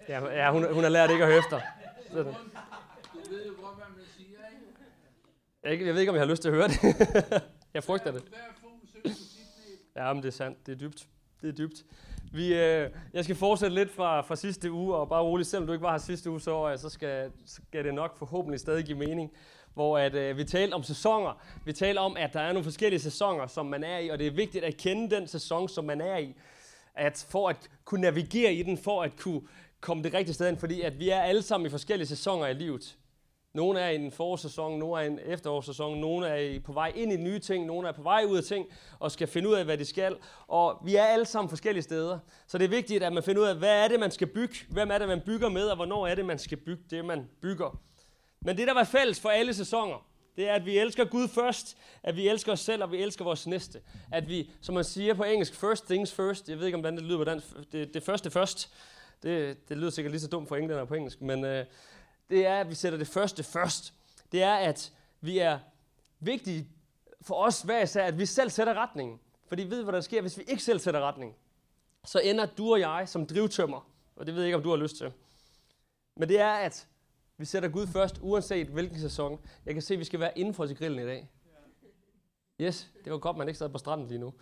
Ja, hun har lært ikke at høre efter. Du ved jo godt, hvad man siger, ikke? Jeg ved ikke, om jeg har lyst til at høre det. Jeg frygter det. Ja, men det er sandt. Det er dybt. Jeg skal fortsætte lidt fra sidste uge, og bare roligt, selvom du ikke var her sidste uge, så skal det nok forhåbentlig stadig give mening. Hvor vi talte om sæsoner. Vi talte om, at der er nogle forskellige sæsoner, som man er i, og det er vigtigt at kende den sæson, som man er i. For at kunne navigere i den, for at kunne komme det rigtige sted ind, fordi at vi er alle sammen i forskellige sæsoner i livet. Nogle er i en forårssæson, nogle er i en efterårssæson, nogle er på vej ind i nye ting, nogle er på vej ud af ting og skal finde ud af, hvad de skal. Og vi er alle sammen forskellige steder. Så det er vigtigt, at man finder ud af, hvad er det, man skal bygge, hvem er det, man bygger med, og hvornår er det, man skal bygge det, man bygger. Men det, der var fælles for alle sæsoner, det er, at vi elsker Gud først, at vi elsker os selv, og vi elsker vores næste. At vi, som man siger på engelsk, first things first. Jeg ved ikke, om det lyder på dansk. Det første først. Det lyder sikkert lige så dumt for englænder på engelsk, men det er, at vi sætter det første først. Det er, at vi er vigtige for os hver især, at vi selv sætter retningen. Fordi vi ved, hvad der sker, hvis vi ikke selv sætter retningen. Så ender du og jeg som drivtømmer, og det ved jeg ikke, om du har lyst til. Men det er, at vi sætter Gud først, uanset hvilken sæson. Jeg kan se, at vi skal være indenfor til grillen i dag. Yes, det var godt, man ikke sad på stranden lige nu.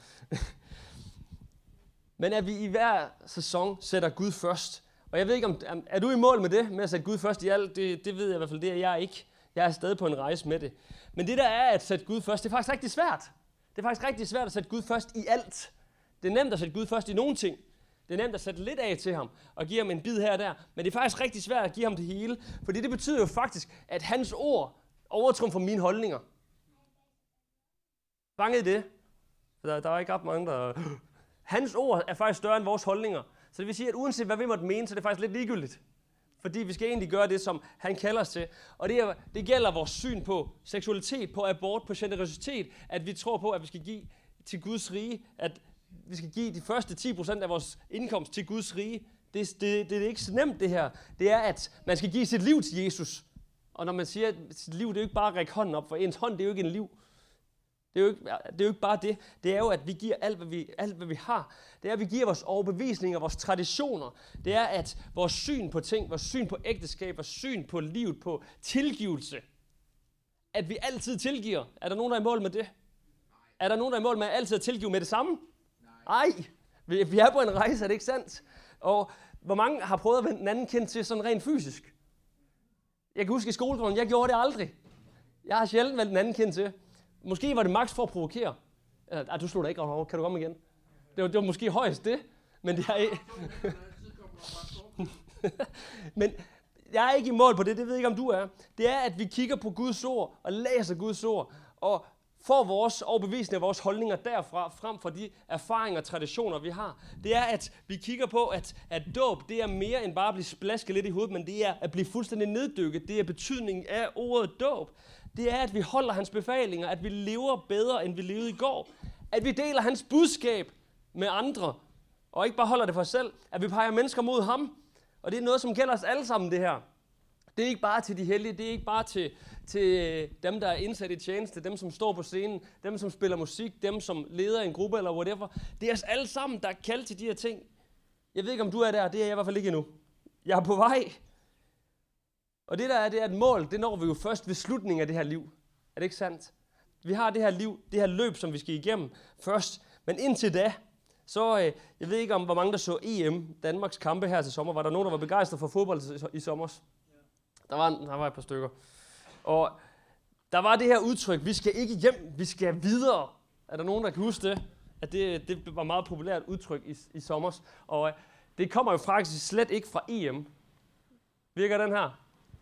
Men at vi i hver sæson sætter Gud først. Og jeg ved ikke, er du i mål med det, med at sætte Gud først i alt? Det ved jeg i hvert fald, det er jeg ikke. Jeg er stadig på en rejse med det. Men det der er at sætte Gud først, det er faktisk rigtig svært. Det er faktisk rigtig svært at sætte Gud først i alt. Det er nemt at sætte Gud først i nogle ting. Det er nemt at sætte lidt af til ham og give ham en bid her og der. Men det er faktisk rigtig svært at give ham det hele. Fordi det betyder jo faktisk, at hans ord overtrumfer mine holdninger. Fangede det? Der var ikke ret mange, der... Hans ord er faktisk større end vores holdninger. Så det vil sige, at uanset hvad vi måtte mene, så er det faktisk lidt ligegyldigt. Fordi vi skal egentlig gøre det, som han kalder os til. Og det gælder vores syn på seksualitet, på abort, på generøsitet. At vi tror på, at vi skal give til Guds rige. At vi skal give de første 10% af vores indkomst til Guds rige. Det er ikke så nemt det her. Det er, at man skal give sit liv til Jesus. Og når man siger, at sit liv, det er jo ikke bare at række hånden op, for ens hånd, det er jo ikke en liv. Det er jo ikke bare det. Det er jo, at vi giver alt, hvad vi har. Det er, at vi giver vores overbevisninger, vores traditioner. Det er, at vores syn på ting, vores syn på ægteskab, vores syn på livet, på tilgivelse, at vi altid tilgiver. Er der nogen, der er i mål med det? Er der nogen, der er i mål med at altid tilgive med det samme? Nej. Vi er på en rejse, er det ikke sandt? Og hvor mange har prøvet at vende den anden kendt til sådan rent fysisk? Jeg kan huske i skolegården, jeg gjorde det aldrig. Jeg har sjældent vendt den anden kendt til. Måske var det maks for at provokere. Du slog dig ikke over. Kan du komme igen? Det var måske højst det, men det er ikke... Men jeg er ikke i mål på det ved jeg ikke, om du er. Det er, at vi kigger på Guds ord og læser Guds ord og får vores overbevisning og vores holdninger derfra, frem for de erfaringer og traditioner, vi har. Det er, at vi kigger på, at dåb, det er mere end bare at blive splasket lidt i hovedet, men det er at blive fuldstændig neddykket. Det er betydningen af ordet dåb. Det er, at vi holder hans befalinger, at vi lever bedre, end vi levede i går. At vi deler hans budskab med andre, og ikke bare holder det for os selv. At vi peger mennesker mod ham. Og det er noget, som gælder os alle sammen, det her. Det er ikke bare til de hellige, det er ikke bare til dem, der er indsat i tjeneste, dem, som står på scenen, dem, som spiller musik, dem, som leder en gruppe eller whatever. Det er os alle sammen, der er kaldt til de her ting. Jeg ved ikke, om du er der, det er jeg i hvert fald ikke endnu. Jeg er på vej. Og det der er, det er et mål, det når vi jo først ved slutningen af det her liv. Er det ikke sandt? Vi har det her liv, det her løb, som vi skal igennem først. Men indtil da, så jeg ved ikke om, hvor mange der så EM, Danmarks kampe her til sommer. Var der nogen, der var begejstret for fodbold i sommer? Der var et par stykker. Og der var det her udtryk, vi skal ikke hjem, vi skal videre. Er der nogen, der kan huske det? At det var meget populært udtryk i sommer. Og det kommer jo faktisk slet ikke fra EM. Virker den her?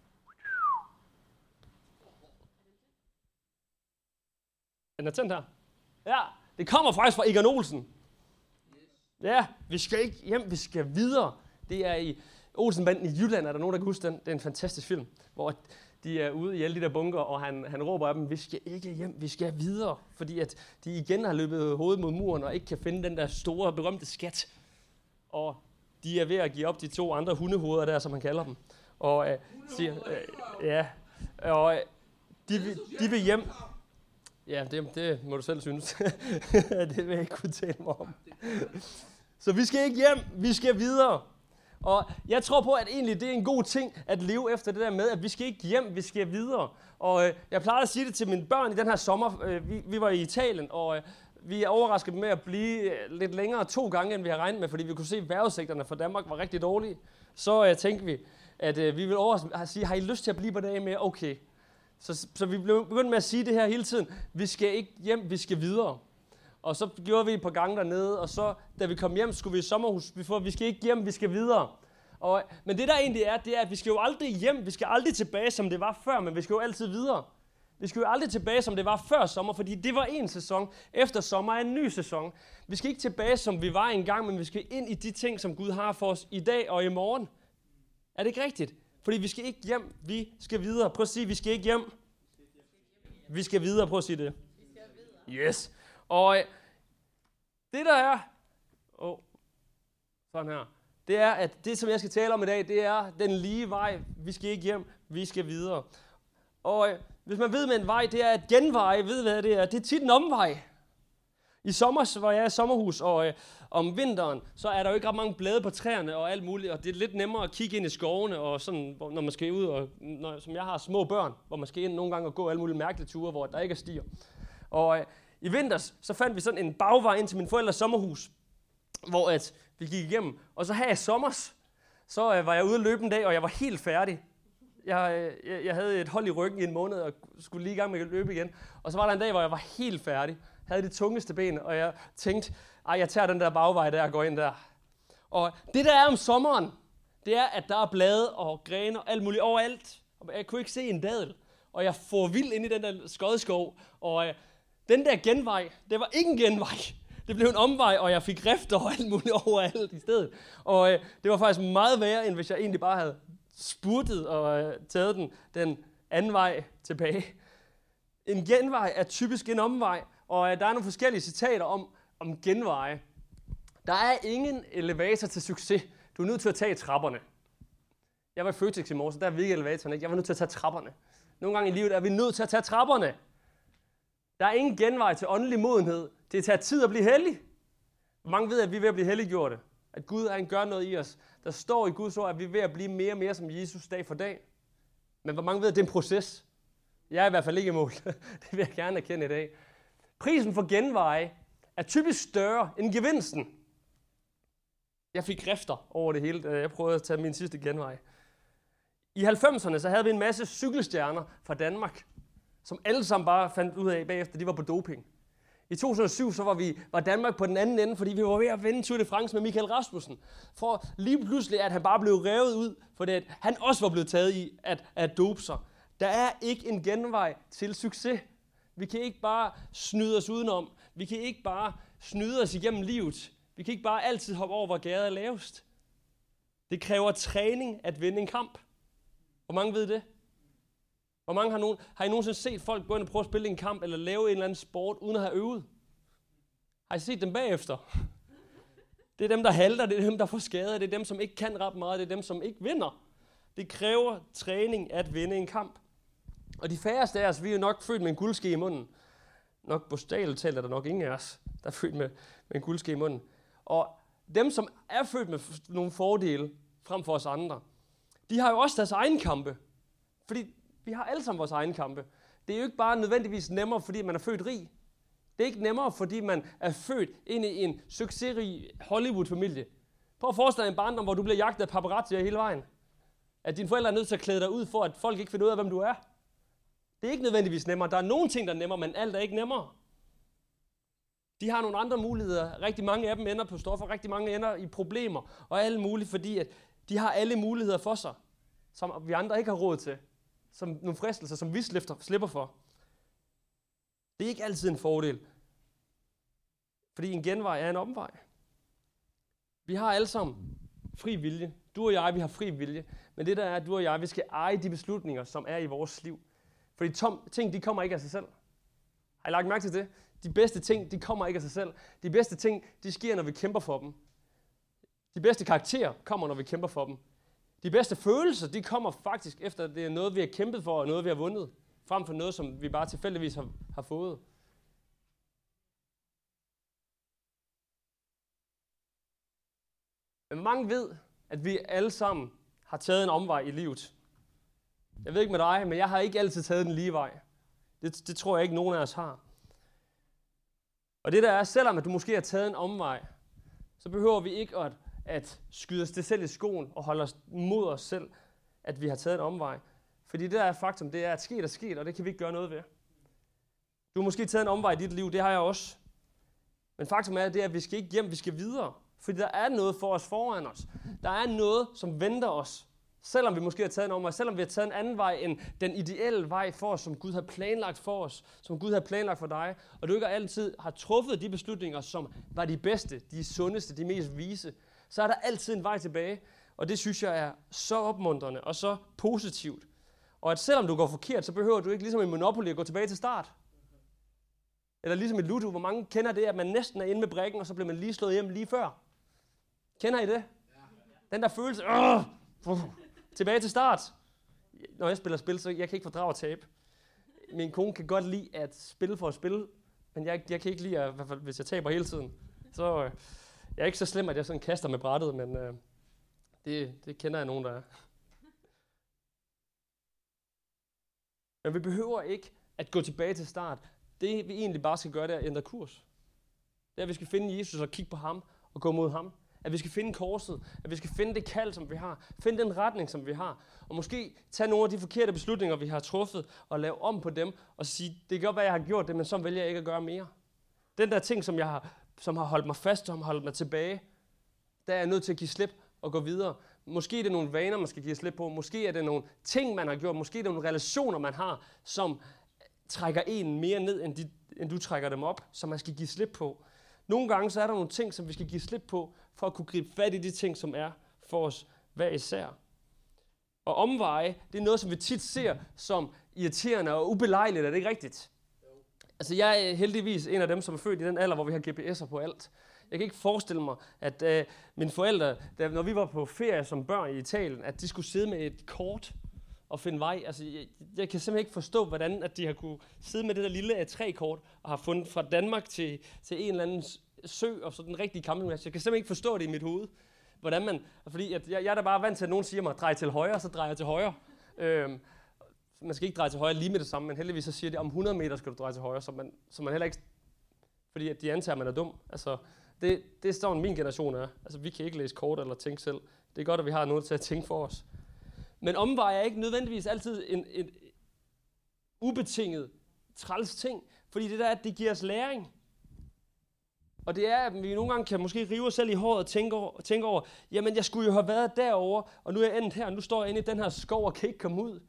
Den er tændt her. Ja, det kommer faktisk fra Egon Olsen. Ja, vi skal ikke hjem, vi skal videre. Det er i Olsenbanden i Jylland, er der nogen, der kan huske den? Det er en fantastisk film, hvor de er ude i alle de der bunker, og han råber af dem, vi skal ikke hjem, vi skal videre. Fordi at de igen har løbet hovedet mod muren, og ikke kan finde den der store, berømte skat. Og de er ved at give op de 2 andre hundehoveder der, som han kalder dem. Og siger, og de vil hjem. Ja, det må du selv synes. Det vil jeg ikke kunne tale mig om. Så vi skal ikke hjem, vi skal videre. Og jeg tror på, at egentlig det er en god ting at leve efter det der med, at vi skal ikke hjem, vi skal videre. Og jeg plejer at sige det til mine børn i den her sommer. Vi var i Italien, og vi er overrasket med at blive lidt længere 2 gange, end vi har regnet med, fordi vi kunne se, at vejrudsigterne for Danmark var rigtig dårlige. Så tænkte vi, at vi ville sige, har I lyst til at blive på dage mere? Okay. Så vi blev begyndt med at sige det her hele tiden. Vi skal ikke hjem, vi skal videre. Og så gjorde vi et par gange dernede, og så, da vi kom hjem, skulle vi i sommerhus, for vi skal ikke hjem, vi skal videre. Men det der egentlig er, det er, at vi skal jo aldrig hjem, vi skal aldrig tilbage, som det var før, men vi skal jo altid videre. Vi skal jo aldrig tilbage, som det var før sommer, fordi det var en sæson. Efter sommer er en ny sæson. Vi skal ikke tilbage, som vi var engang, men vi skal ind i de ting, som Gud har for os i dag og i morgen. Er det ikke rigtigt? Fordi vi skal ikke hjem, vi skal videre. Prøv at sige, vi skal ikke hjem. Vi skal videre, prøv at sige det. Yes. Og det der er, sådan her, det er, at det, som jeg skal tale om i dag, det er den lige vej. Vi skal ikke hjem, vi skal videre. Og hvis man ved med en vej, det er et genvej, ved hvad det er. Det er tit en omvej. I sommer var jeg i sommerhus, og om vinteren, så er der jo ikke ret mange blade på træerne og alt muligt, og det er lidt nemmere at kigge ind i skovene, og sådan, når man skal ud, og som jeg har små børn, hvor man skal ind nogle gange og gå alle mulige mærkelige ture, hvor der ikke er stier. Og i vinters, så fandt vi sådan en bagvej ind til min forældres sommerhus, hvor at vi gik igennem. Og så her i sommers, så var jeg ude at løbe en dag, og jeg var helt færdig. Jeg havde et hold i ryggen i en måned, og skulle lige i gang med at løbe igen. Og så var der en dag, hvor jeg var helt færdig. Havde de tungeste ben, og jeg tænkte, jeg tager den der bagvej der og går ind der. Og det der er om sommeren, det er, at der er blade og grene og alt muligt overalt. Og jeg kunne ikke se en dadel. Og jeg får vild ind i den der skodskov, og den der genvej, det var ikke en genvej. Det blev en omvej, og jeg fik rifter og alt muligt overalt i stedet. Og det var faktisk meget værre, end hvis jeg egentlig bare havde spurtet og taget den anden vej tilbage. En genvej er typisk en omvej, og der er nogle forskellige citater om genveje. Der er ingen elevator til succes. Du er nødt til at tage trapperne. Jeg var i Føtex i morges, der virkede elevatoren ikke. Jeg var nødt til at tage trapperne. Nogle gange i livet er vi nødt til at tage trapperne. Der er ingen genvej til åndelig modenhed. Det tager tid at blive hellig. Hvor mange ved, at vi er ved at blive helliggjorte? At Gud han gør noget i os. Der står i Guds ord, at vi er ved at blive mere og mere som Jesus dag for dag. Men hvor mange ved, at det er en proces? Jeg er i hvert fald ikke i mål. Det vil jeg gerne erkende i dag. Prisen for genveje er typisk større end gevinsten. Jeg fik rifter over det hele, da jeg prøvede at tage min sidste genvej. I 90'erne så havde vi en masse cykelstjerner fra Danmark, som alle sammen bare fandt ud af bagefter, de var på doping. I 2007 så var Danmark på den anden ende, fordi vi var ved at vinde Tour de France med Michael Rasmussen. For lige pludselig, at han bare blev revet ud, fordi at han også var blevet taget i at dope sig. Der er ikke en genvej til succes. Vi kan ikke bare snyde os udenom. Vi kan ikke bare snyde os igennem livet. Vi kan ikke bare altid hoppe over, hvor gærdet er lavest. Det kræver træning at vinde en kamp. Hvor mange ved det? Hvor mange har I nogensinde set folk gå ind og prøve at spille en kamp, eller lave en eller anden sport, uden at have øvet? Har I set dem bagefter? Det er dem, der halter, det er dem, der får skader, det er dem, som ikke kan ret meget, det er dem, som ikke vinder. Det kræver træning at vinde en kamp. Og de færreste af os, vi er jo nok født med en guldske i munden. Nok bogstaveligt talt er der nok ingen af os, der er født med en guldske i munden. Og dem, som er født med nogle fordele frem for os andre, de har jo også deres egen kampe. Fordi vi har alle sammen vores egen kampe. Det er jo ikke bare nødvendigvis nemmere, fordi man er født rig. Det er ikke nemmere, fordi man er født ind i en succesrig Hollywood-familie. Prøv at forestille dig en barndom, hvor du bliver jagtet af paparazzier hele vejen. At dine forældre er nødt til at klæde dig ud, for at folk ikke finder ud af, hvem du er. Det er ikke nødvendigvis nemmere. Der er nogle ting, der er nemmere, men alt er ikke nemmere. De har nogle andre muligheder. Rigtig mange af dem ender på stoffer, rigtig mange ender i problemer og alle mulige, fordi at de har alle muligheder for sig, som vi andre ikke har råd til. Som nogle fristelser, som vi slipper for. Det er ikke altid en fordel. Fordi en genvej er en omvej. Vi har alle sammen fri vilje. Du og jeg, vi har fri vilje. Men det der er, at du og jeg, vi skal eje de beslutninger, som er i vores liv. Fordi ting, de kommer ikke af sig selv. Har I lagt mærke til det? De bedste ting, de kommer ikke af sig selv. De bedste ting, de sker, når vi kæmper for dem. De bedste karakterer kommer, når vi kæmper for dem. De bedste følelser, de kommer faktisk efter, at det er noget, vi har kæmpet for, og noget, vi har vundet, frem for noget, som vi bare tilfældigvis har fået. Men mange ved, at vi alle sammen har taget en omvej i livet. Jeg ved ikke med dig, men jeg har ikke altid taget den lige vej. Det tror jeg ikke, nogen af os har. Og det der er, selvom at du måske har taget en omvej, så behøver vi ikke at skyde os det selv i skoen og holde os mod os selv, at vi har taget en omvej. Fordi det der er faktum, det er, at sket er sket, og det kan vi ikke gøre noget ved. Du har måske taget en omvej i dit liv, det har jeg også. Men faktum er, at vi skal ikke hjem, vi skal videre. Fordi der er noget for os foran os. Der er noget, som venter os. Selvom vi måske har taget en omvej, selvom vi har taget en anden vej end den ideelle vej for os, som Gud har planlagt for os, som Gud har planlagt for dig, og du ikke altid har truffet de beslutninger, som var de bedste, de sundeste, de mest vise, så er der altid en vej tilbage. Og det synes jeg er så opmuntrende og så positivt. Og at selvom du går forkert, så behøver du ikke ligesom i Monopoly at gå tilbage til start. Eller ligesom i Ludo, hvor mange kender det, at man næsten er inde med brikken, og så bliver man lige slået hjem lige før. Kender I det? Den der følelse, tilbage til start. Når jeg spiller spil, så jeg kan ikke fordrage at tabe. Min kone kan godt lide at spille for at spille, men jeg kan ikke lide, at, i hvert fald, hvis jeg taber hele tiden. Så jeg er ikke så slem, at jeg sådan kaster med brættet, men det kender jeg nogen, der er. Men vi behøver ikke at gå tilbage til start. Det vi egentlig bare skal gøre, det er at ændre kurs. Det er, at vi skal finde Jesus og kigge på ham og gå mod ham. At vi skal finde korset, at vi skal finde det kald, som vi har, finde den retning, som vi har, og måske tage nogle af de forkerte beslutninger, vi har truffet, og lave om på dem, og sige, det kan godt være, jeg har gjort det, men så vælger jeg ikke at gøre mere. Den der ting, som har holdt mig fast, som har holdt mig tilbage, der er jeg nødt til at give slip og gå videre. Måske er det nogle vaner, man skal give slip på, måske er det nogle ting, man har gjort, måske er det nogle relationer, man har, som trækker en mere ned, end du trækker dem op, som man skal give slip på. Nogle gange så er der nogle ting, som vi skal give slip på, for at kunne gribe fat i de ting, som er for os hver især. Og omveje, det er noget, som vi tit ser som irriterende og ubelejligt. Er det ikke rigtigt? Altså jeg er heldigvis en af dem, som er født i den alder, hvor vi har GPS'er på alt. Jeg kan ikke forestille mig, at mine forældre, når vi var på ferie som børn i Italien, at de skulle sidde med et kort og finde vej. Altså, jeg kan simpelthen ikke forstå, hvordan at de har kunne sidde med det der lille A3-kort og har fundet fra Danmark til en eller anden sø og så den rigtige campingplads. Jeg kan simpelthen ikke forstå det i mit hoved. Fordi jeg er da bare vant til, at nogen siger mig, drej til højre, så drejer jeg til højre. Man skal ikke dreje til højre lige med det samme, men heldigvis så siger de, om 100 meter skal du dreje til højre, så man heller ikke, fordi at de antager, at man er dum. Altså, det er sådan min generation er. Altså, vi kan ikke læse kort eller tænke selv. Det er godt, at vi har noget til at tænke for os. Men omvej er ikke nødvendigvis altid en ubetinget træls ting, fordi det der, at det giver os læring. Og det er, at vi nogle gange kan måske rive os selv i håret og tænke over, jamen jeg skulle jo have været derovre, og nu er jeg endt her, og nu står jeg inde i den her skov og kan ikke komme ud.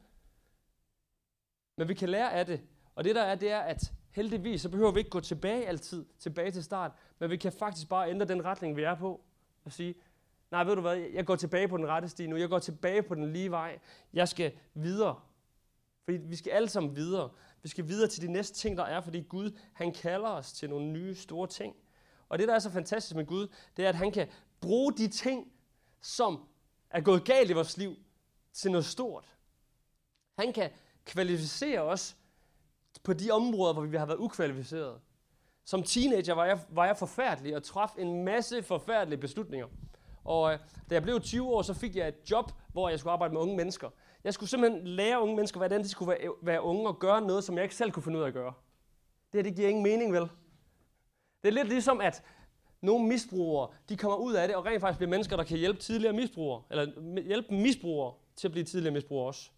Men vi kan lære af det. Og det der er, det er, at heldigvis, så behøver vi ikke gå tilbage til start, men vi kan faktisk bare ændre den retning, vi er på, og sige, nej, ved du hvad, jeg går tilbage på den rette sti nu, jeg går tilbage på den lige vej, jeg skal videre. Fordi vi skal alle sammen videre. Vi skal videre til de næste ting, der er, fordi Gud, han kalder os til nogle nye store ting. Og det, der er så fantastisk med Gud, det er, at han kan bruge de ting, som er gået galt i vores liv, til noget stort. Han kan kvalificere os på de områder, hvor vi har været ukvalificerede. Som teenager var jeg forfærdelig og traf en masse forfærdelige beslutninger. Og da jeg blev 20 år, så fik jeg et job, hvor jeg skulle arbejde med unge mennesker. Jeg skulle simpelthen lære unge mennesker, hvordan de skulle være unge og gøre noget, som jeg ikke selv kunne finde ud af at gøre. Det giver ingen mening, vel? Det er lidt ligesom, at nogle misbrugere, de kommer ud af det, og rent faktisk bliver mennesker, der kan hjælpe tidligere misbrugere, eller hjælpe misbrugere til at blive tidligere misbrugere også.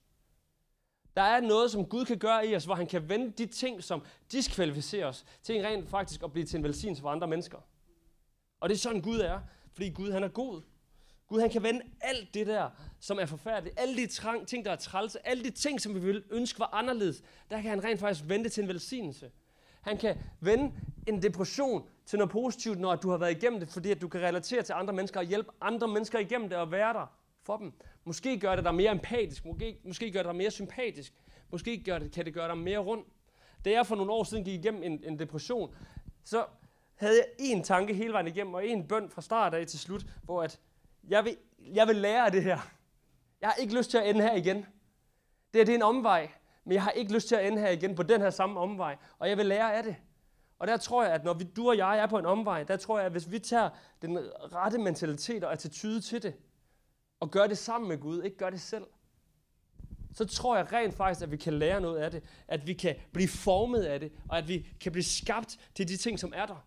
Der er noget, som Gud kan gøre i os, hvor han kan vende de ting, som diskvalificerer os, til en rent faktisk at blive til en velsignelse for andre mennesker. Og det er sådan Gud er, fordi Gud han er god. Gud han kan vende alt det der, som er forfærdeligt, alle de ting, der er trælse, alle de ting, som vi ville ønske var anderledes, der kan han rent faktisk vende det til en velsignelse. Han kan vende en depression til noget positivt, når du har været igennem det, fordi at du kan relatere til andre mennesker og hjælpe andre mennesker igennem det og være der for dem. Måske gør det dig mere empatisk, måske gør det dig mere sympatisk, måske kan det gøre dig mere rund. Da jeg for nogle år siden gik igennem en depression, så havde jeg én tanke hele vejen igennem, og én bøn fra start af til slut, hvor at jeg vil lære af det her. Jeg har ikke lyst til at ende her igen. Det er en omvej, men jeg har ikke lyst til at ende her igen på den her samme omvej, og jeg vil lære af det. Og der tror jeg, at når du og jeg er på en omvej, der tror jeg, at hvis vi tager den rette mentalitet og attitude til det, og gør det sammen med Gud, ikke gør det selv, så tror jeg rent faktisk, at vi kan lære noget af det, at vi kan blive formet af det, og at vi kan blive skabt til de ting, som er der.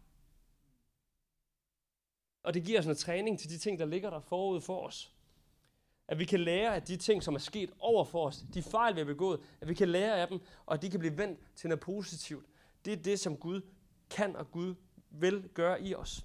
Og det giver os noget træning til de ting, der ligger der forud for os. At vi kan lære af de ting, som er sket over for os, de fejl, vi har begået, at vi kan lære af dem, og at de kan blive vendt til noget positivt. Det er det, som Gud kan og Gud vil gøre i os.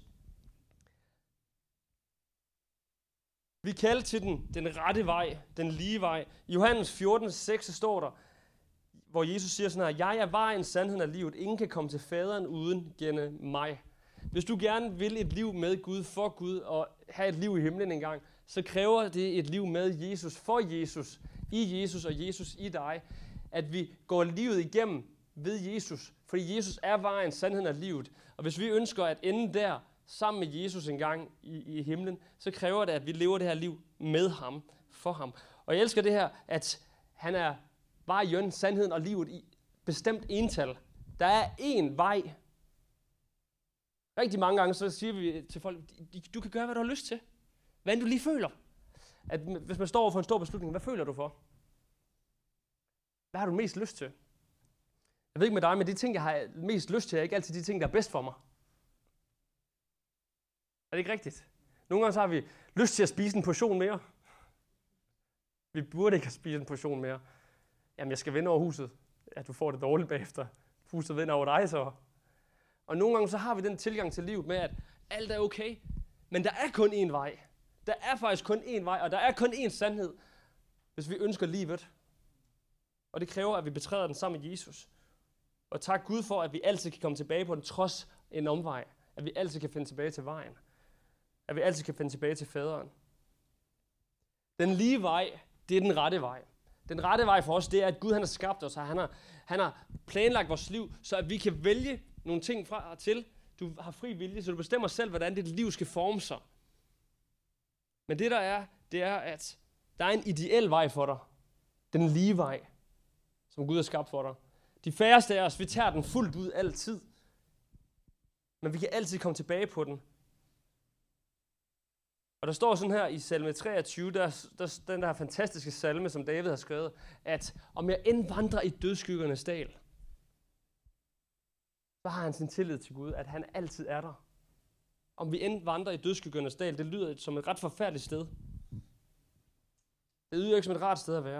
Vi kalder til den rette vej, den lige vej. I Johannes 14:6 står der, hvor Jesus siger sådan her: Jeg er vejen, sandheden og livet. Ingen kan komme til faderen uden gennem mig. Hvis du gerne vil et liv med Gud, for Gud, og have et liv i himlen engang, så kræver det et liv med Jesus, for Jesus, i Jesus og Jesus i dig. At vi går livet igennem ved Jesus, fordi Jesus er vejen, sandheden og livet. Og hvis vi ønsker at ende der, sammen med Jesus en gang i himlen, så kræver det, at vi lever det her liv med ham, for ham. Og jeg elsker det her, at han er vejen, sandheden og livet i bestemt ental. Der er én vej. Rigtig mange gange så siger vi til folk, du kan gøre, hvad du har lyst til. Hvad end du lige føler. At hvis man står over for en stor beslutning, hvad føler du for? Hvad har du mest lyst til? Jeg ved ikke med dig, men de ting, jeg har mest lyst til, er ikke altid de ting, der er bedst for mig. Er det ikke rigtigt? Nogle gange så har vi lyst til at spise en portion mere. Vi burde ikke have spist en portion mere. Jamen, jeg skal vinde over huset. Ja, du får det dårligt bagefter. Huset vinder over dig så. Og nogle gange så har vi den tilgang til livet med, at alt er okay. Men der er kun én vej. Der er faktisk kun én vej, og der er kun én sandhed, hvis vi ønsker livet. Og det kræver, at vi betræder den sammen med Jesus. Og tak Gud for, at vi altid kan komme tilbage på den, trods en omvej. At vi altid kan finde tilbage til vejen. At vi altid kan finde tilbage til faderen. Den lige vej, det er den rette vej. Den rette vej for os, det er, at Gud han har skabt os, og han har planlagt vores liv, så at vi kan vælge nogle ting fra og til. Du har fri vilje, så du bestemmer selv, hvordan dit liv skal forme sig. Men det der er, det er, at der er en ideel vej for dig. Den lige vej, som Gud har skabt for dig. De færreste af os, vi tager den fuldt ud altid. Men vi kan altid komme tilbage på den. Og der står sådan her i salme 23, der den der fantastiske salme, som David har skrevet, at om jeg end vandrer i dødsskyggernes dal, så har han sin tillid til Gud, at han altid er der. Om vi end vandrer i dødsskyggernes dal, det lyder som et ret forfærdeligt sted. Det lyder ikke som et rart sted at være.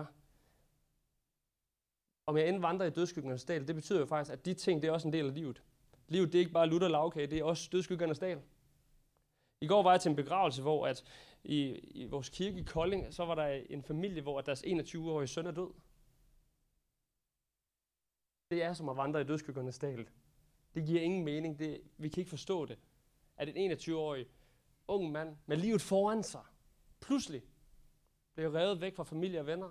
Om jeg end vandrer i dødsskyggernes dal, det betyder jo faktisk, at de ting, det er også en del af livet. Livet, det er ikke bare lutter lavkage, det er også dødsskyggernes dal. I går var jeg til en begravelse, hvor at i vores kirke i Kolding, så var der en familie, hvor deres 21-årige søn er død. Det er som at vandre i dødsskyggernes dal. Det giver ingen mening. Vi kan ikke forstå det. At en 21-årig ung mand med livet foran sig, pludselig bliver revet væk fra familie og venner.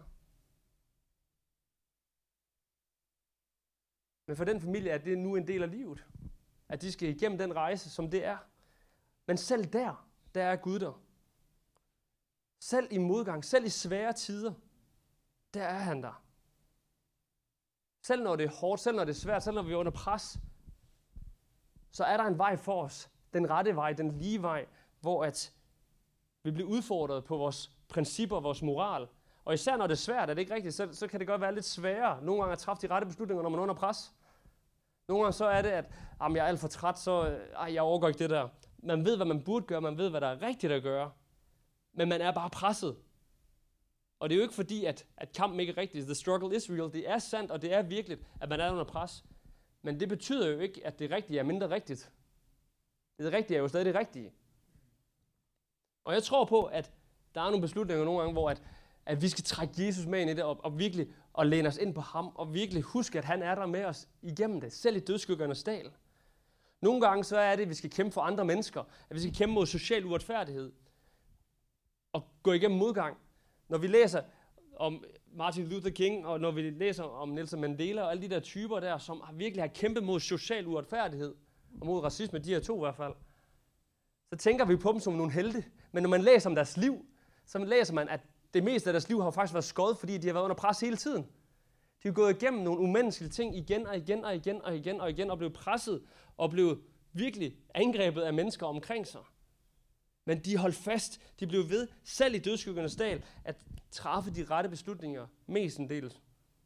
Men for den familie er det nu en del af livet. At de skal igennem den rejse, som det er. Men selv der er Gud der. Selv i modgang, selv i svære tider, der er han der. Selv når det er hårdt, selv når det er svært, selv når vi er under pres, så er der en vej for os. Den rette vej, den lige vej, hvor at vi bliver udfordret på vores principper, vores moral. Og især når det er svært, er det ikke rigtigt, så kan det godt være lidt sværere nogle gange at træffe de rette beslutninger, når man er under pres. Nogle gange så er det, at jeg er alt for træt, så jeg overgår ikke det der. Man ved, hvad man burde gøre, man ved, hvad der er rigtigt at gøre, men man er bare presset. Og det er jo ikke fordi, at kampen ikke er rigtig. The struggle is real. Det er sandt, og det er virkeligt, at man er under pres. Men det betyder jo ikke, at det rigtige er mindre rigtigt. Det rigtige er jo stadig det rigtige. Og jeg tror på, at der er nogle beslutninger nogle gange, hvor at vi skal trække Jesus med ind i det, og virkelig og læne os ind på ham, og virkelig huske, at han er der med os igennem det, selv i dødsskyggernes dal. Nogle gange så er det, at vi skal kæmpe for andre mennesker, at vi skal kæmpe mod social uretfærdighed, og gå igennem modgang. Når vi læser om Martin Luther King, og når vi læser om Nelson Mandela, og alle de der typer der, som virkelig har kæmpet mod social uretfærdighed, og mod racisme, de her to i hvert fald, så tænker vi på dem som nogle helte. Men når man læser om deres liv, så læser man, at det meste af deres liv har faktisk været skåret, fordi de har været under pres hele tiden. De har gået igennem nogle umenneskelige ting igen og igen og igen og igen og igen, og blevet presset og blevet virkelig angrebet af mennesker omkring sig. Men de holdt fast, de blev ved, selv i dødsskyggernes dal, at træffe de rette beslutninger mestendels.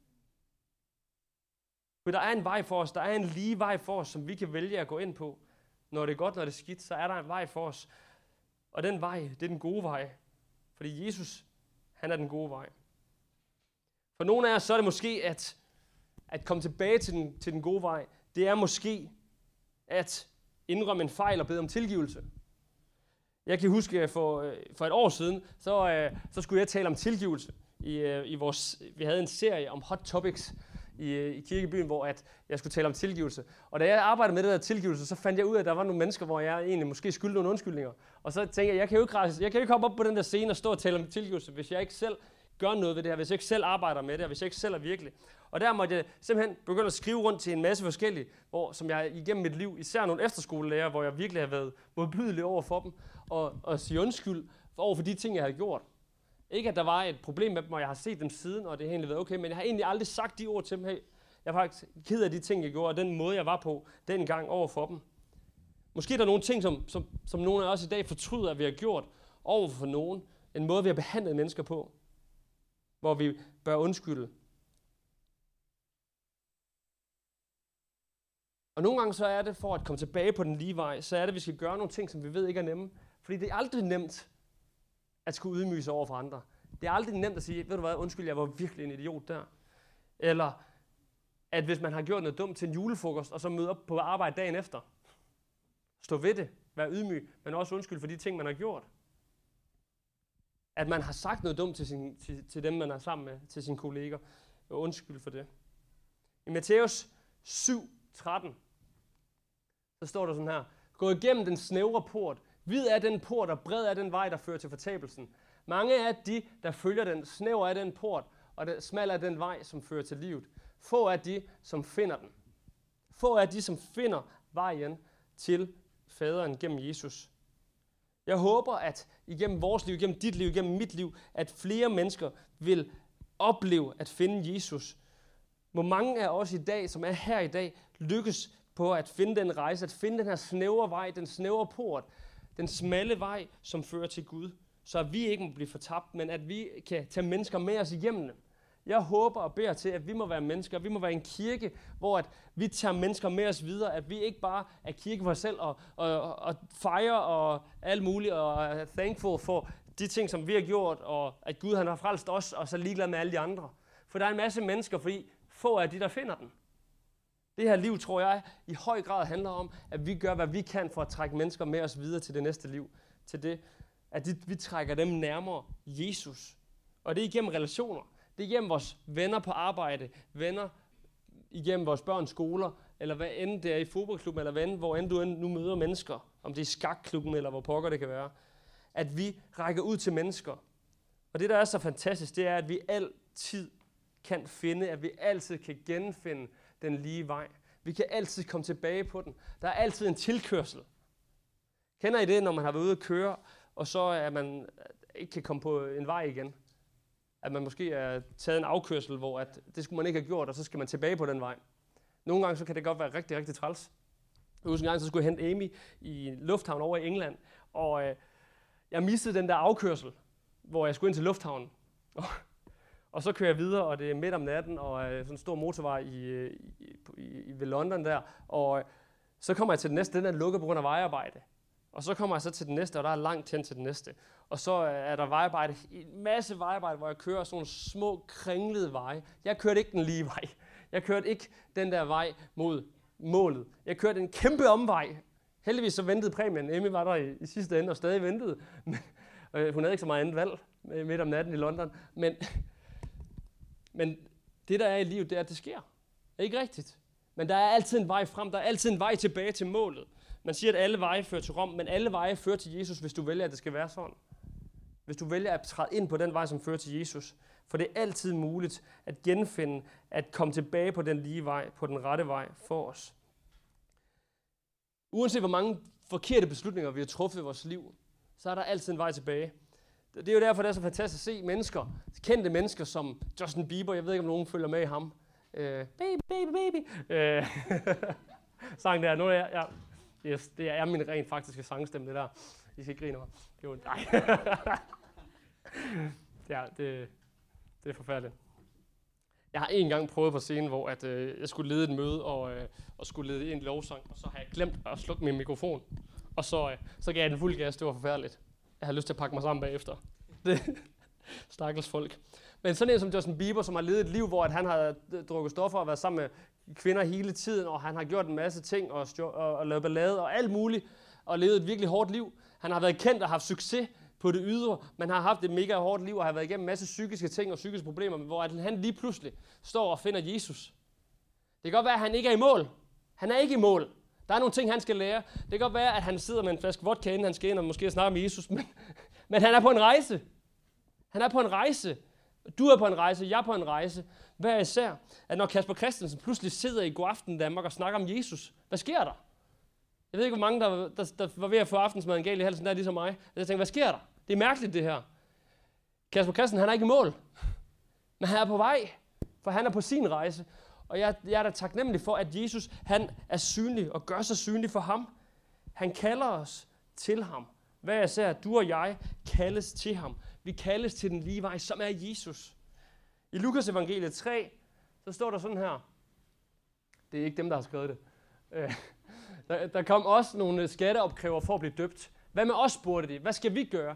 For der er en vej for os, der er en lige vej for os, som vi kan vælge at gå ind på. Når det er godt, når det er skidt, så er der en vej for os. Og den vej, det er den gode vej. Fordi Jesus, han er den gode vej. For nogle af os, så er det måske at komme tilbage til den gode vej. Det er måske at indrømme en fejl og bede om tilgivelse. Jeg kan huske, for et år siden, så skulle jeg tale om tilgivelse. Vi havde en serie om hot topics i Kirkebyen, hvor jeg skulle tale om tilgivelse. Og da jeg arbejdede med det der tilgivelse, så fandt jeg ud af, at der var nogle mennesker, hvor jeg egentlig måske skyldte nogle undskyldninger. Og så tænkte jeg kan jo ikke hoppe op på den der scene og stå og tale om tilgivelse, hvis jeg ikke selv gør noget ved det her, hvis jeg ikke selv arbejder med det, og hvis jeg ikke selv er virkelig. Og der måtte jeg simpelthen begynde at skrive rundt til en masse forskellige, som jeg igennem mit liv, især nogle efterskolelærer, hvor jeg virkelig har været modbydelig over for dem, og sige undskyld over for de ting, jeg havde gjort. Ikke at der var et problem med dem, og jeg har set dem siden, og det har egentlig været okay, men jeg har egentlig aldrig sagt de ord til dem. Hey, jeg var faktisk ked af de ting, jeg gjorde, og den måde, jeg var på dengang over for dem. Måske er der nogle ting, som nogle af os i dag fortryder, at vi har gjort over for nogen. En måde, vi har behandlet mennesker på, hvor vi bør undskylde. Og nogle gange så er det, for at komme tilbage på den lige vej, så er det, at vi skal gøre nogle ting, som vi ved ikke er nemme. Fordi det er aldrig nemt at skulle ydmyge sig over for andre. Det er aldrig nemt at sige, ved du hvad, undskyld, jeg var virkelig en idiot der. Eller at hvis man har gjort noget dumt til en julefrokost, og så møder op på arbejde dagen efter. Stå ved det, vær ydmyg, men også undskyld for de ting, man har gjort. At man har sagt noget dumt til dem, man er sammen med, til sine kolleger, og undskyld for det. I Matthæus 7:13, så står der sådan her: gå igennem den snævre port, vid er den port, og bred er den vej, der fører til fortabelsen. Mange er de, der følger den, snæver er den port, og smal er den vej, som fører til livet. Få er de, som finder den. Få er de, som finder vejen til faderen gennem Jesus. Jeg håber, at igennem vores liv, igennem dit liv, igennem mit liv, at flere mennesker vil opleve at finde Jesus. Hvor mange af os i dag, som er her i dag, lykkes på at finde den rejse, at finde den her snævre vej, den snævre port, den smalle vej, som fører til Gud, så at vi ikke må blive fortabt, men at vi kan tage mennesker med os igennem dem. Jeg håber og beder til, at vi må være mennesker, vi må være en kirke, hvor at vi tager mennesker med os videre, at vi ikke bare er kirke for os selv og fejrer og alt muligt, og er thankful for de ting, som vi har gjort, og at Gud han har frelst os, og så ligeglad med alle de andre. For der er en masse mennesker, fordi få er de, der finder den. Det her liv, tror jeg, i høj grad handler om, at vi gør, hvad vi kan for at trække mennesker med os videre til det næste liv. Til det, at vi trækker dem nærmere Jesus. Og det er igennem relationer. Det er igennem vores venner på arbejde, venner igennem vores børns skoler, eller hvad end det er i fodboldklubben, eller hvor end du nu møder mennesker, om det er i skakklubben, eller hvor pokker det kan være. At vi rækker ud til mennesker. Og det, der er så fantastisk, det er, at vi altid kan finde, at vi altid kan genfinde den lige vej. Vi kan altid komme tilbage på den. Der er altid en tilkørsel. Kender I det, når man har været ude at køre, og så er man ikke kan komme på en vej igen? At man måske er taget en afkørsel, hvor at det skulle man ikke have gjort, og så skal man tilbage på den vej. Nogle gange så kan det godt være rigtig, rigtig træls. Jeg husker en gang, så skulle jeg hente Amy i lufthavn over i England, og jeg missede den der afkørsel, hvor jeg skulle ind til lufthavnen. Og så kører jeg videre, og det er midt om natten, og sådan en stor motorvej ved London der. Og så kommer jeg til den næste, den er lukket på grund af vejarbejde. Og så kommer jeg så til den næste, og der er langt hen til den næste. Og så er der vejarbejde, en masse vejarbejde, hvor jeg kører sådan nogle små, kringlede veje. Jeg kørte ikke den lige vej. Jeg kørte ikke den der vej mod målet. Jeg kørte en kæmpe omvej. Heldigvis så ventede præmien. Emmy var der i sidste ende og stadig ventede. Men, hun havde ikke så meget andet valg midt om natten i London. Men det, der er i livet, det er, at det sker. Ikke rigtigt. Men der er altid en vej frem. Der er altid en vej tilbage til målet. Man siger, at alle veje fører til Rom, men alle veje fører til Jesus, hvis du vælger, at det skal være sådan. Hvis du vælger at træde ind på den vej, som fører til Jesus. For det er altid muligt at genfinde, at komme tilbage på den lige vej, på den rette vej for os. Uanset hvor mange forkerte beslutninger, vi har truffet i vores liv, så er der altid en vej tilbage. Det er jo derfor, det er så fantastisk at se mennesker, kendte mennesker som Justin Bieber. Jeg ved ikke, om nogen følger med i ham. Baby, baby, baby. Sang der. Nu er jeg, yes, det er min rent faktiske sangstemme, det der. I skal ikke grine mig. Det er ondt. Nej. Ja, det er forfærdeligt. Jeg har en gang prøvet på scenen, hvor at, jeg skulle lede et møde og skulle lede en lovsang, og så har jeg glemt at slukke min mikrofon. Og så gav jeg den fuld gas. Det var forfærdeligt. Jeg har lyst til at pakke mig sammen bagefter. Stakkels folk. Men sådan en som Justin Bieber, som har levet et liv, hvor at han har drukket stoffer og været sammen med kvinder hele tiden, og han har gjort en masse ting og lavet ballade og alt muligt, og levet et virkelig hårdt liv. Han har været kendt og haft succes på det ydre, men har haft et mega hårdt liv og har været igennem en masse psykiske ting og psykiske problemer, hvor han lige pludselig står og finder Jesus. Det kan godt være, at han ikke er i mål. Han er ikke i mål. Der er nogle ting, han skal lære. Det kan godt være, at han sidder med en flaske vodka, inden han skal ind og måske snakke med Jesus, men han er på en rejse. Han er på en rejse. Du er på en rejse, jeg er på en rejse. Hver især, at når Kasper Christensen pludselig sidder i Godaften Danmark og snakker om Jesus, hvad sker der? Jeg ved ikke, hvor mange, der var ved at få aftensmaden galt i halsen, der er ligesom mig. Jeg tænkte, hvad sker der? Det er mærkeligt, det her. Kasper Christensen, han er ikke i mål. Men han er på vej, for han er på sin rejse. Og jeg er da taknemmelig for, at Jesus, han er synlig og gør sig synlig for ham. Han kalder os til ham. Hver især, du og jeg kaldes til ham. Vi kaldes til den lige vej, som er Jesus. I Lukas evangeliet 3, så står der sådan her. Det er ikke dem, der har skrevet det. Der kom også nogle skatteopkræver for at blive døbt. Hvad med os, spurgte de? Hvad skal vi gøre?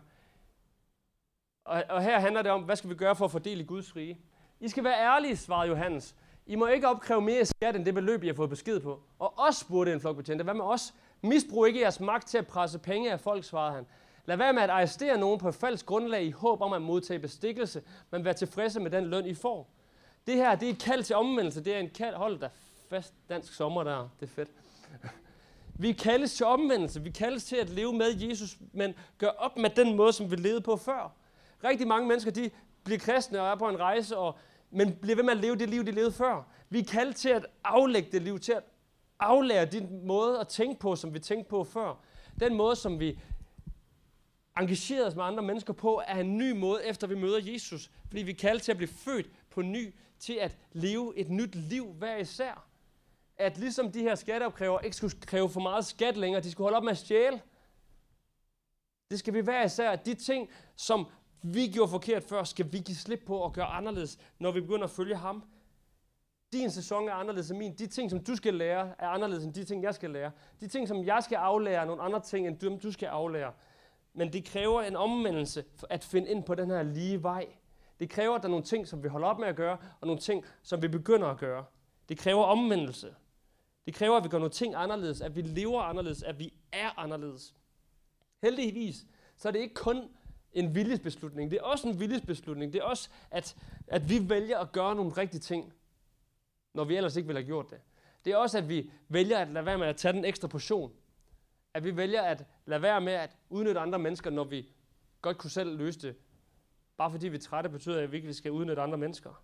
Og her handler det om, hvad skal vi gøre for at fordele i Guds rige? I skal være ærlige, svarede Johannes. I må ikke opkræve mere skat, end det beløb, I har fået besked på. Og os, spurgte en flok betjente. Hvad med os? Misbrug ikke jeres magt til at presse penge af folk, svarede han. Lad være med at arrestere nogen på et falsk grundlag i håb om at modtage bestikkelse, men vær tilfredse med den løn, I får. Det her, det er et kald til omvendelse. Det er en kald, hold da fast dansk sommer der. Det er fedt. Vi kaldes til omvendelse. Vi kaldes til at leve med Jesus, men gør op med den måde, som vi levede på før. Rigtig mange mennesker, de bliver kristne og er på en rejse, men bliver ved med at leve det liv, de levede før. Vi er kaldet til at aflægge det liv, til at aflære den måde at tænke på, som vi tænkte på før. Den måde, som vi engagerer os med andre mennesker på, er en ny måde, efter vi møder Jesus. Fordi vi er kaldet til at blive født på ny, til at leve et nyt liv hver især. At ligesom de her skatteopkræver ikke skulle kræve for meget skat længere, de skulle holde op med at stjæle. Det skal vi hver især. De ting, som vi gjorde forkert før, skal vi give slip på og gøre anderledes, når vi begynder at følge ham. Din sæson er anderledes end min. De ting, som du skal lære, er anderledes end de ting, jeg skal lære. De ting, som jeg skal aflære, er nogle andre ting, end dem, du skal aflære. Men det kræver en omvendelse at finde ind på den her lige vej. Det kræver, at der er nogle ting, som vi holder op med at gøre, og nogle ting, som vi begynder at gøre. Det kræver omvendelse. Det kræver, at vi gør nogle ting anderledes, at vi lever anderledes, at vi er anderledes. Heldigvis, så er det ikke kun en viljesbeslutning. Det er også en viljesbeslutning. Det er også, at vi vælger at gøre nogle rigtige ting, når vi ellers ikke ville have gjort det. Det er også, at vi vælger at lade være med at tage den ekstra portion. At vi vælger at lade være med at udnytte andre mennesker, når vi godt kunne selv løse det. Bare fordi vi er trætte, betyder det, at vi ikke skal udnytte andre mennesker.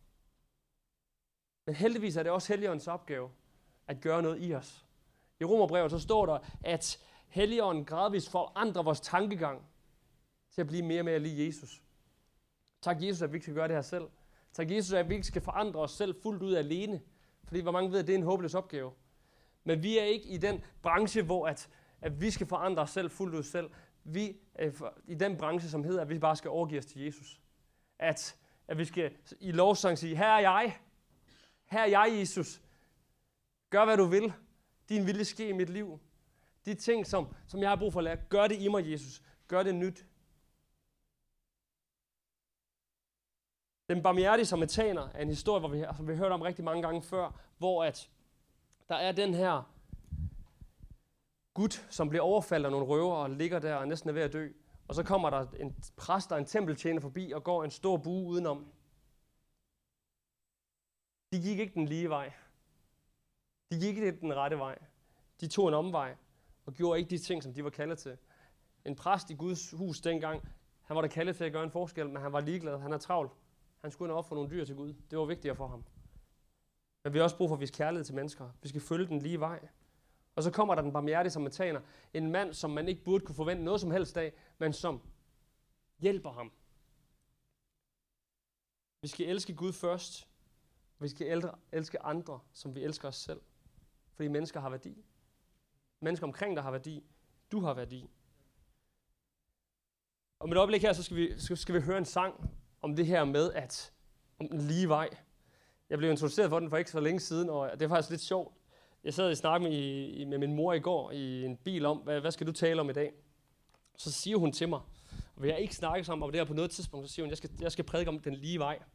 Men heldigvis er det også Helligåndens opgave at gøre noget i os. I Romerbrevet så står der, at Helligånden gradvist forandrer vores tankegang til at blive mere og mere lige Jesus. Tak Jesus, at vi ikke skal gøre det her selv. Tak Jesus, at vi ikke skal forandre os selv fuldt ud alene. Fordi hvor mange ved, at det er en håbløs opgave. Men vi er ikke i den branche, hvor at vi skal forandre os selv fuldt ud selv. Vi er i den branche, som hedder, at vi bare skal overgive os til Jesus. At vi skal i lovsang sige, her er jeg. Her er jeg, Jesus. Gør, hvad du vil. Din vilje ske i mit liv. De ting, som jeg har brug for at lære, gør det i mig, Jesus. Gør det nyt. Den barmhjertige samaritaner er en historie, som vi har hørt om rigtig mange gange før, hvor at der er den her gut, som bliver overfaldet af nogle røvere og ligger der og næsten er ved at dø. Og så kommer der en præst og en tempeltjener forbi og går en stor bue udenom. De gik ikke den lige vej. De gik ikke den rette vej. De tog en omvej og gjorde ikke de ting, som de var kaldet til. En præst i Guds hus dengang, han var da kaldet til at gøre en forskel, men han var ligeglad. Han er travlt. Han skulle ind og ofre nogle dyr til Gud. Det var vigtigere for ham. Men vi har også brug for at vise kærlighed til mennesker. Vi skal følge den lige vej. Og så kommer der den barmhjertige samaritaner. En mand, som man ikke burde kunne forvente noget som helst af, men som hjælper ham. Vi skal elske Gud først. Vi skal elske andre, som vi elsker os selv. Fordi mennesker har værdi. Mennesker omkring dig har værdi. Du har værdi. Om et øjeblik her, så skal vi høre en sang om det her med, om den lige vej. Jeg blev introduceret for den for ikke så længe siden, og det er faktisk lidt sjovt. Jeg sad i snak med min mor i går i en bil om, hvad skal du tale om i dag? Så siger hun til mig, og vi har ikke snakket sammen om det her på noget tidspunkt, så siger hun, jeg skal prædike om den lige vej.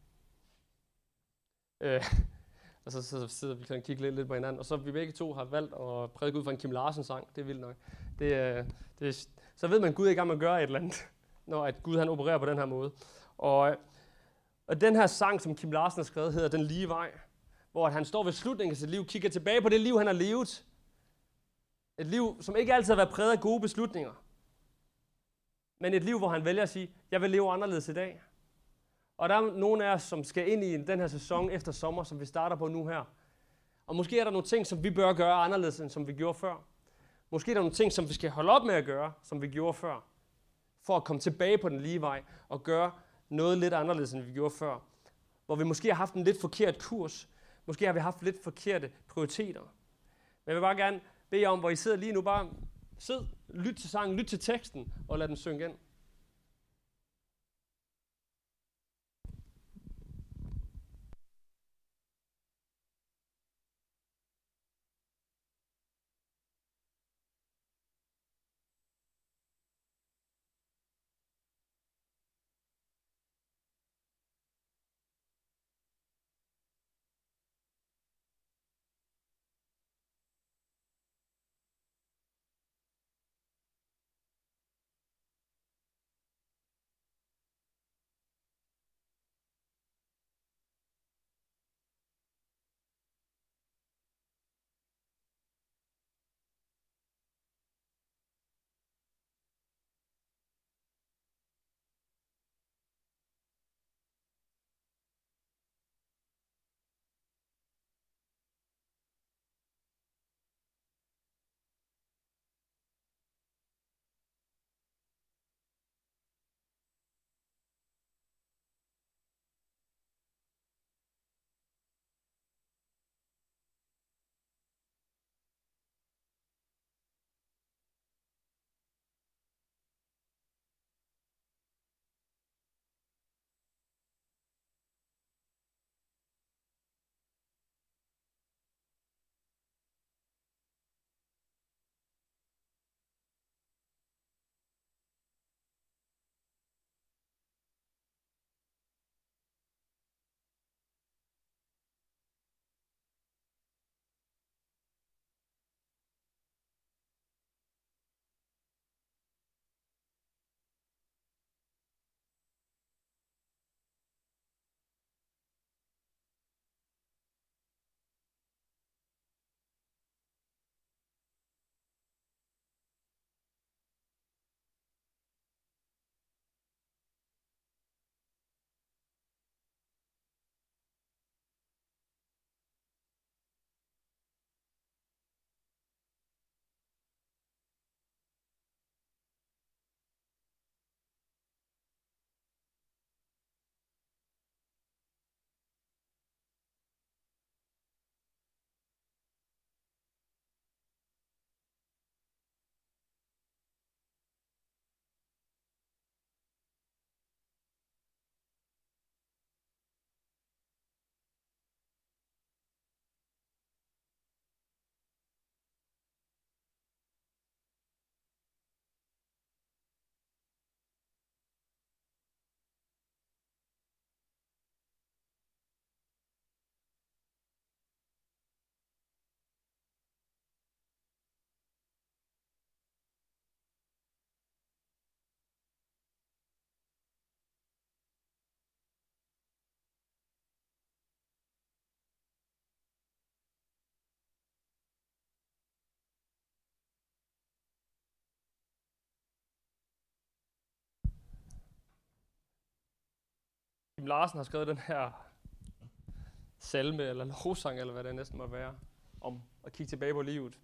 Og så sidder vi og kigger lidt på hinanden, og så vi begge to har valgt at prædike ud fra en Kim Larsen sang. Det er vildt nok. Så ved man, at Gud er i gang med at gøre et eller andet, når at Gud han opererer på den her måde. Og den her sang, som Kim Larsen har skrevet, hedder Den lige vej, hvor han står ved slutningen af sit liv, kigger tilbage på det liv, han har levet. Et liv, som ikke altid har været præget af gode beslutninger. Men et liv, hvor han vælger at sige, jeg vil leve anderledes i dag. Og der er nogle af os, som skal ind i den her sæson efter sommer, som vi starter på nu her. Og måske er der nogle ting, som vi bør gøre anderledes, end som vi gjorde før. Måske er der nogle ting, som vi skal holde op med at gøre, som vi gjorde før. For at komme tilbage på den lige vej og gøre noget lidt anderledes, end vi gjorde før. Hvor vi måske har haft en lidt forkert kurs. Måske har vi haft lidt forkerte prioriteter. Men jeg vil bare gerne bede jer om, hvor I sidder lige nu, bare sid, lyt til sangen, lyt til teksten og lad den synge ind. Kim Larsen har skrevet den her salme, eller lovsang, eller hvad det næsten må være, om at kigge tilbage på livet.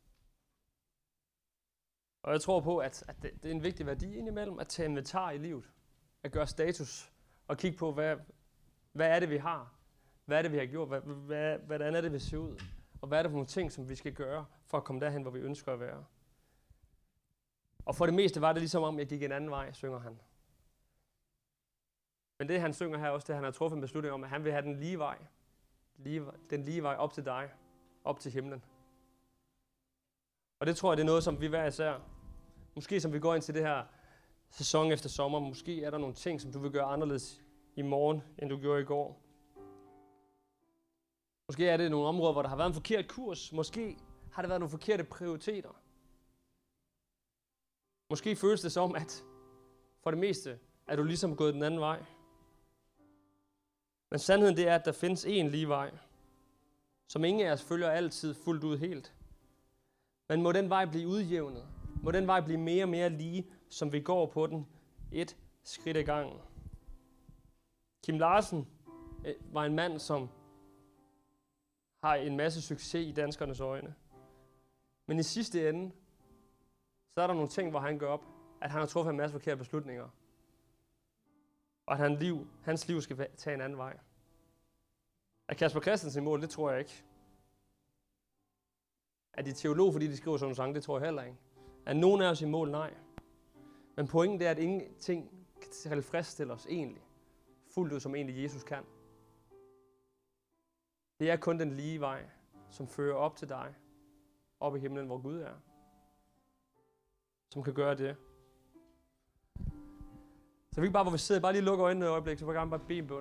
Og jeg tror på, at det er en vigtig værdi indimellem, at tage inventar i livet. At gøre status, og kigge på, hvad er det, vi har? Hvad er det, vi har gjort? Hvordan er det, vi ser ud? Og hvad er det for nogle ting, som vi skal gøre, for at komme derhen, hvor vi ønsker at være? Og for det meste var det ligesom om, jeg gik en anden vej, synger han. Men det han synger her også, det han har truffet en beslutning om, at han vil have den lige vej. Den lige vej op til dig. Op til himlen. Og det tror jeg, det er noget, som vi hver især, måske som vi går ind til det her sæson efter sommer, måske er der nogle ting, som du vil gøre anderledes i morgen, end du gjorde i går. Måske er det nogle områder, hvor der har været en forkert kurs. Måske har det været nogle forkerte prioriteter. Måske føles det som, at for det meste er du ligesom gået den anden vej. Men sandheden det er, at der findes én lige vej, som ingen af os følger altid fuldt ud helt. Men må den vej blive udjævnet. Må den vej blive mere og mere lige, som vi går på den et skridt ad gangen. Kim Larsen var en mand, som har en masse succes i danskernes øjne. Men i sidste ende, så er der nogle ting, hvor han gør op, at han har truffet en masse forkerte beslutninger. Og at hans liv skal tage en anden vej. Er Kasper Christensen i mål? Det tror jeg ikke. Er de teolog, fordi de skriver sådan nogle sange? Det tror jeg heller ikke. Er nogen af os i mål? Nej. Men pointen er, at ingenting kan tilfredsstille os egentlig. Fuldt ud, som egentlig Jesus kan. Det er kun den lige vej, som fører op til dig. Op i himlen, hvor Gud er. Som kan gøre det. Så vi ikke bare, hvor vi sidder, bare lige lukke øjnene et øjeblik, så vil jeg gerne bare bede en bøn.